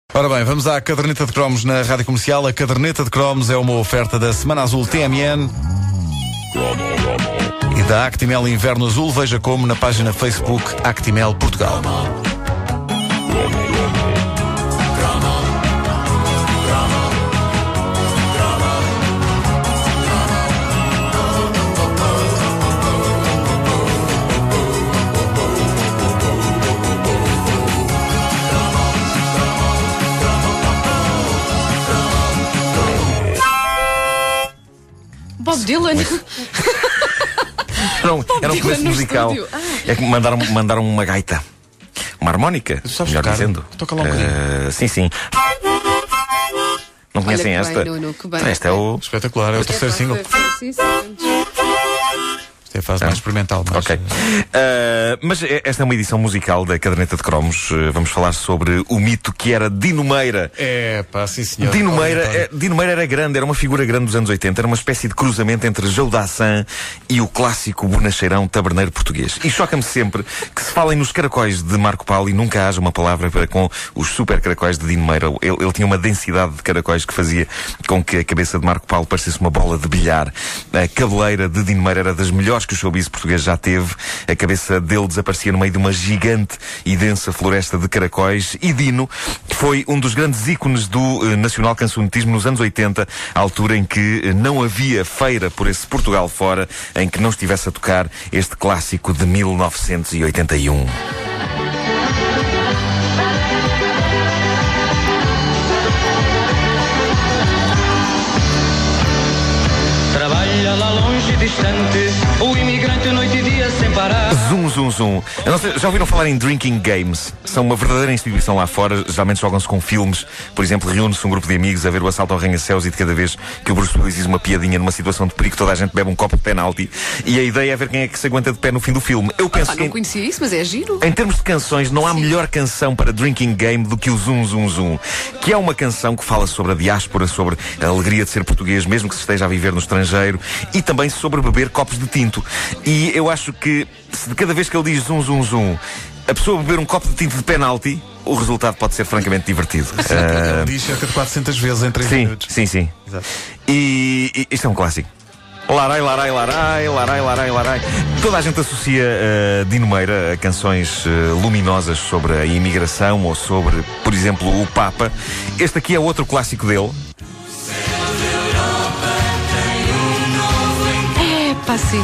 Ora bem, vamos à caderneta de cromos na Rádio Comercial. A caderneta de cromos é uma oferta da Semana Azul TMN e da Actimel Inverno Azul. Veja como na página Facebook Actimel Portugal. Bob Dylan. Era um começo musical. É que mandaram uma gaita. Uma harmónica, melhor dizendo. Toca lá um bocadinho. Sim. Não conhecem esta? Esta é o... Espetacular, é o terceiro single. Esta é a fase mais experimental. Mas... Ok. Mas esta é uma edição musical da Caderneta de Cromos. Vamos falar sobre o mito que era Dino Meira. Sim senhor. Dino Meira era grande, era uma figura grande dos anos 80. Era uma espécie de cruzamento entre Joe Dassin e o clássico bonacheirão taberneiro português. E choca-me sempre que se falem nos caracóis de Marco Paulo e nunca haja uma palavra para com os super caracóis de Dino Meira. Ele tinha uma densidade de caracóis que fazia com que a cabeça de Marco Paulo parecesse uma bola de bilhar. A cabeleira de Dino Meira era das melhores que o showbiz português já teve. A cabeça dele desaparecia no meio de uma gigante e densa floresta de caracóis. E Dino foi um dos grandes ícones do nacional cancionetismo nos anos 80, à altura em que não havia feira por esse Portugal fora em que não estivesse a tocar este clássico de 1981. Trabalha lá longe, distante, o imigrante noite e dia sem parar. Zum. Eu não sei, já ouviram falar em drinking games? São uma verdadeira instituição lá fora. Geralmente jogam-se com filmes. Por exemplo, reúne-se um grupo de amigos a ver o assalto ao arranha-céus e de cada vez que o Bruce Willis diz uma piadinha numa situação de perigo, toda a gente bebe um copo de penalti. E a ideia é ver quem é que se aguenta de pé no fim do filme. Eu penso que... Não conhecia isso, mas é giro. Em termos de canções, não há melhor canção para drinking game do que o Zum, que é uma canção que fala sobre a diáspora, sobre a alegria de ser português, mesmo que se esteja a viver no estrangeiro, e também sobre beber copos de tinto. E eu acho que, se de cada vez que ele diz zum, a pessoa beber um copo de tinto de penalti, o resultado pode ser francamente divertido. Ele diz cerca de 400 vezes em 3 minutos. Sim. Exato. E isto é um clássico. Larai. Toda a gente associa Dino Meira a canções luminosas sobre a imigração ou sobre, por exemplo, o Papa. Este aqui é outro clássico dele. Sim.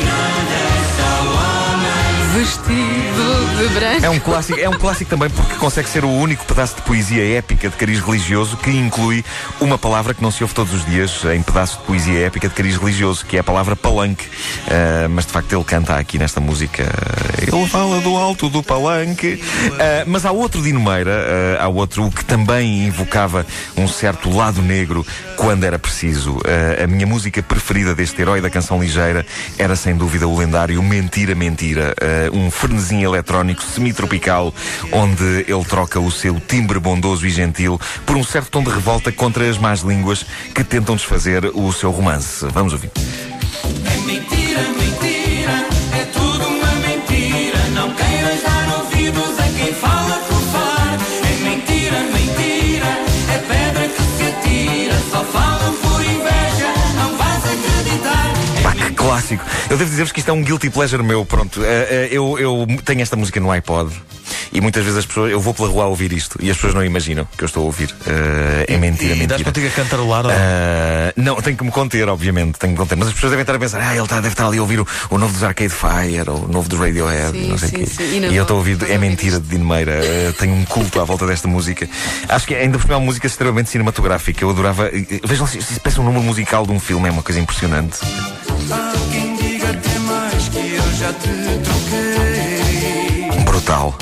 Vestido de branco. É um clássico também porque consegue ser o único pedaço de poesia épica de cariz religioso que inclui uma palavra que não se ouve todos os dias em pedaço de poesia épica de cariz religioso, que é a palavra palanque. Mas de facto ele canta aqui nesta música. Ele fala do alto do palanque. Mas há outro Dino Meira, há outro que também invocava um certo lado negro quando era preciso. A minha música preferida deste herói da canção ligeira era sem dúvida o lendário Mentira, um frenesim eletrónico semi-tropical onde ele troca o seu timbre bondoso e gentil por um certo tom de revolta contra as más línguas que tentam desfazer o seu romance. Vamos ouvir. É mentira, é tudo uma mentira. Não queiras dar ouvidos a quem fala por falar. É mentira, é pedra que se atira. Só falam por inveja, não vais acreditar. Que clássico. Eu devo dizer-vos que isto é um guilty pleasure meu, pronto. Eu tenho esta música no iPod e muitas vezes as pessoas, eu vou pela rua a ouvir isto e as pessoas não imaginam que eu estou a ouvir. É mentira. E dás contigo a cantarolar? Não, tenho que me conter, obviamente, mas as pessoas devem estar a pensar, ele deve estar ali a ouvir o novo dos Arcade Fire ou o novo dos Radiohead, não sei o quê. E eu estou a ouvir É Mentira de Dino Meira. Tenho um culto à volta desta música. Acho que ainda por cima é uma música extremamente cinematográfica. Eu adorava. Vejam se parece um número musical de um filme, é uma coisa impressionante. Há quem diga até mais que eu já te troquei. Brutal.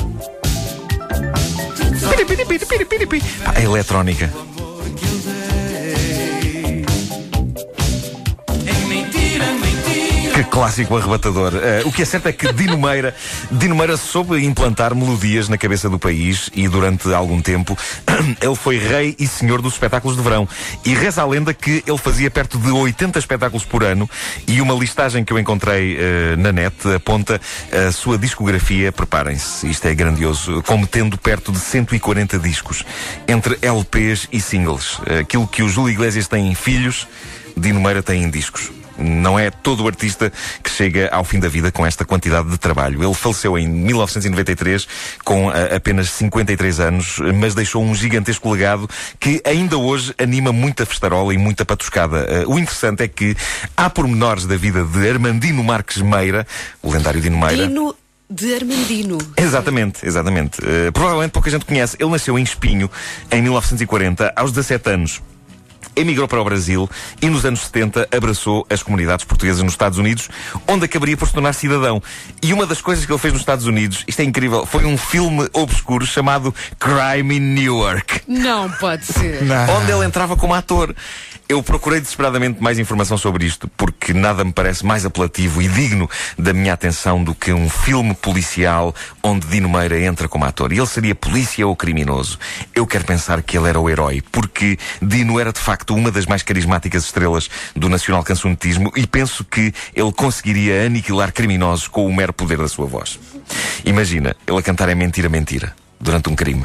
A eletrónica. É mentira. Que Que clássico arrebatador. O que é certo é que Dino Meira soube implantar melodias na cabeça do país e durante algum tempo ele foi rei e senhor dos espetáculos de verão. E reza a lenda que ele fazia perto de 80 espetáculos por ano e uma listagem que eu encontrei na net aponta a sua discografia, preparem-se, isto é grandioso, como tendo perto de 140 discos, entre LPs e singles. Aquilo que o Júlio Iglesias tem em filhos, Dino Meira tem em discos. Não é todo o artista que chega ao fim da vida com esta quantidade de trabalho. Ele faleceu em 1993 com apenas 53 anos, mas deixou um gigantesco legado que ainda hoje anima muita festarola e muita patuscada. O interessante é que há pormenores da vida de Armandino Marques Meira, o lendário Dino Meira. Dino de Armandino. Exatamente. Provavelmente pouca gente conhece. Ele nasceu em Espinho em 1940, aos 17 anos. Emigrou para o Brasil e nos anos 70 abraçou as comunidades portuguesas nos Estados Unidos, onde acabaria por se tornar cidadão. E uma das coisas que ele fez nos Estados Unidos, isto é incrível, foi um filme obscuro chamado Crime in Newark. Não pode ser. Onde ele entrava como ator. Eu procurei desesperadamente mais informação sobre isto, porque nada me parece mais apelativo e digno da minha atenção do que um filme policial onde Dino Meira entra como ator. E ele seria polícia ou criminoso? Eu quero pensar que ele era o herói, porque Dino era de facto uma das mais carismáticas estrelas do nacional cancionetismo e penso que ele conseguiria aniquilar criminosos com o mero poder da sua voz. Imagina, ele a cantar É Mentira, Mentira, durante um crime.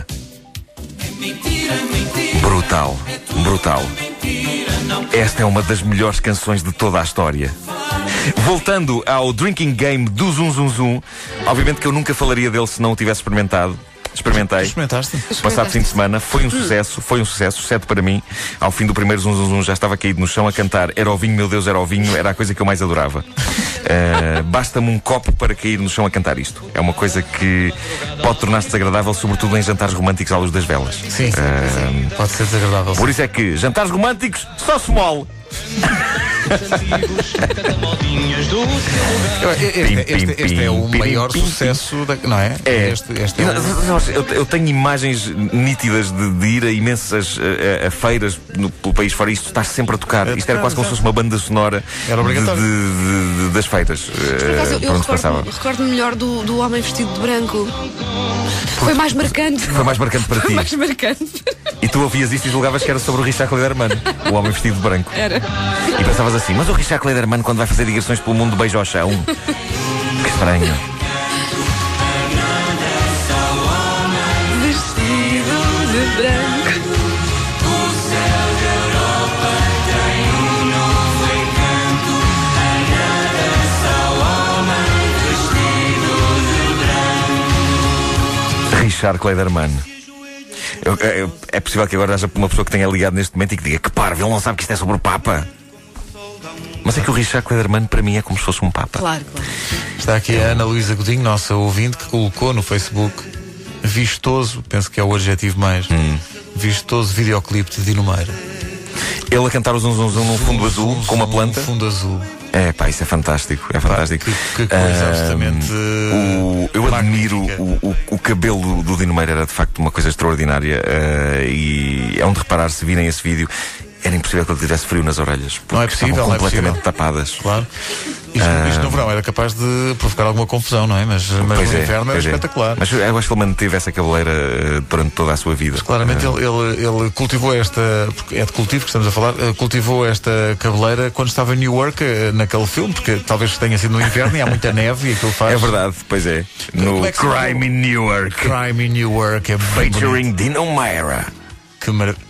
Brutal. Esta é uma das melhores canções de toda a história. Voltando ao drinking game do Zum Zum Zum, obviamente que eu nunca falaria dele se não o tivesse experimentado. Experimentei. Experimentaste? Passado fim de semana, foi um sucesso, exceto para mim. Ao fim do primeiro Zum Zum Zum já estava caído no chão a cantar Era o vinho, meu Deus, era o vinho, era a coisa que eu mais adorava. Basta-me um copo para cair no chão a cantar isto. É uma coisa que pode tornar-se desagradável, sobretudo em jantares românticos à luz das velas. Sim, pode ser desagradável. Por isso é que jantares românticos só se mole. Este é o maior sucesso não é? Eu tenho imagens nítidas de ir a imensas a feiras pelo país fora. Isto está sempre a tocar. Isto era quase como se fosse uma banda sonora das feiras. Por acaso, eu recordo-me melhor do homem vestido de branco. Foi mais marcante. Foi mais marcante para ti. Foi mais marcante. E tu ouvias isto e julgavas que era sobre o Richard Clayderman, o homem vestido de branco. Era. E pensavas assim, mas o Richard Clayderman quando vai fazer digressões pelo mundo beija ao chão? Que estranho. Vestido de branco. O céu de Europa tem um novo encanto. A dança ao homem vestido de branco. Richard Clayderman. É possível que agora haja uma pessoa que tenha ligado neste momento e que diga que parvo, ele não sabe que isto é sobre o Papa. Mas é que o Richard Clayderman para mim é como se fosse um Papa. Claro. Está aqui a Ana Luísa Godinho, nossa ouvinte, que colocou no Facebook vistoso, penso que é o adjetivo mais vistoso videoclipe de Dino Meira. Ele a cantar o Zum Zum Zum num fundo azul, com uma planta. Fundo azul. É pá, isso é fantástico. É fantástico. Que coisa absolutamente. Eu admiro o cabelo do Dino Meira, era de facto uma coisa extraordinária. E é onde reparar, se virem esse vídeo, era impossível que ele tivesse frio nas orelhas. Não é possível, estavam completamente não é tapadas. Claro. Isto no verão era capaz de provocar alguma confusão, não é? Mas no inverno era espetacular. Mas eu acho que ele manteve essa cabeleira durante toda a sua vida. Mas claramente ele cultivou esta. É de cultivo que estamos a falar. Cultivou esta cabeleira quando estava em Newark, naquele filme, porque talvez tenha sido no inverno e há muita neve e aquilo faz. É verdade, pois é. No Crime in Newark. Crime in Newark é bem featuring Dino Meira. Que maravilha.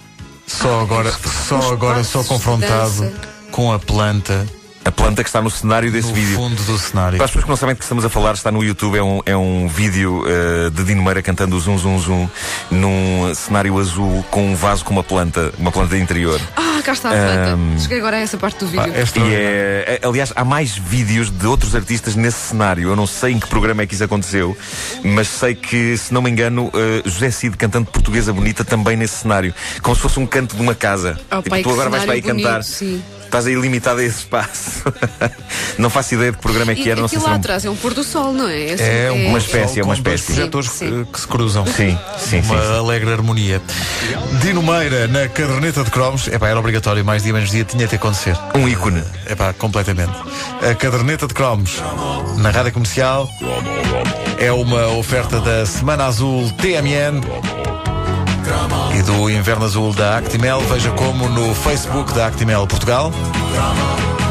Só confrontado com a planta. A planta que está no cenário desse vídeo. No fundo do cenário. Para as pessoas que não sabem do que estamos a falar, está no YouTube. É um vídeo de Dino Meira cantando o Zum Zum Zum num cenário azul com um vaso com uma planta interior. Cá está a planta. Cheguei agora a essa parte do vídeo. Aliás, há mais vídeos de outros artistas nesse cenário. Eu não sei em que programa é que isso aconteceu, mas sei que, se não me engano, José Cid cantando Portuguesa Bonita também nesse cenário. Como se fosse um canto de uma casa. Pai, tu agora vais para aí bonito, cantar. Sim. Estás aí limitado a esse espaço. Não faço ideia de que programa é que era. E aquilo lá atrás é um pôr do sol, não é? É uma espécie, é uma espécie. Projetores que se cruzam. Sim. Uma alegre harmonia. Dino Meira na caderneta de cromos. Era obrigatório, mais dia menos dia tinha de acontecer. Um ícone. Completamente. A caderneta de cromos na Rádio Comercial é uma oferta da Semana Azul TMN e do Inverno Azul da Actimel. Veja como no Facebook da Actimel Portugal.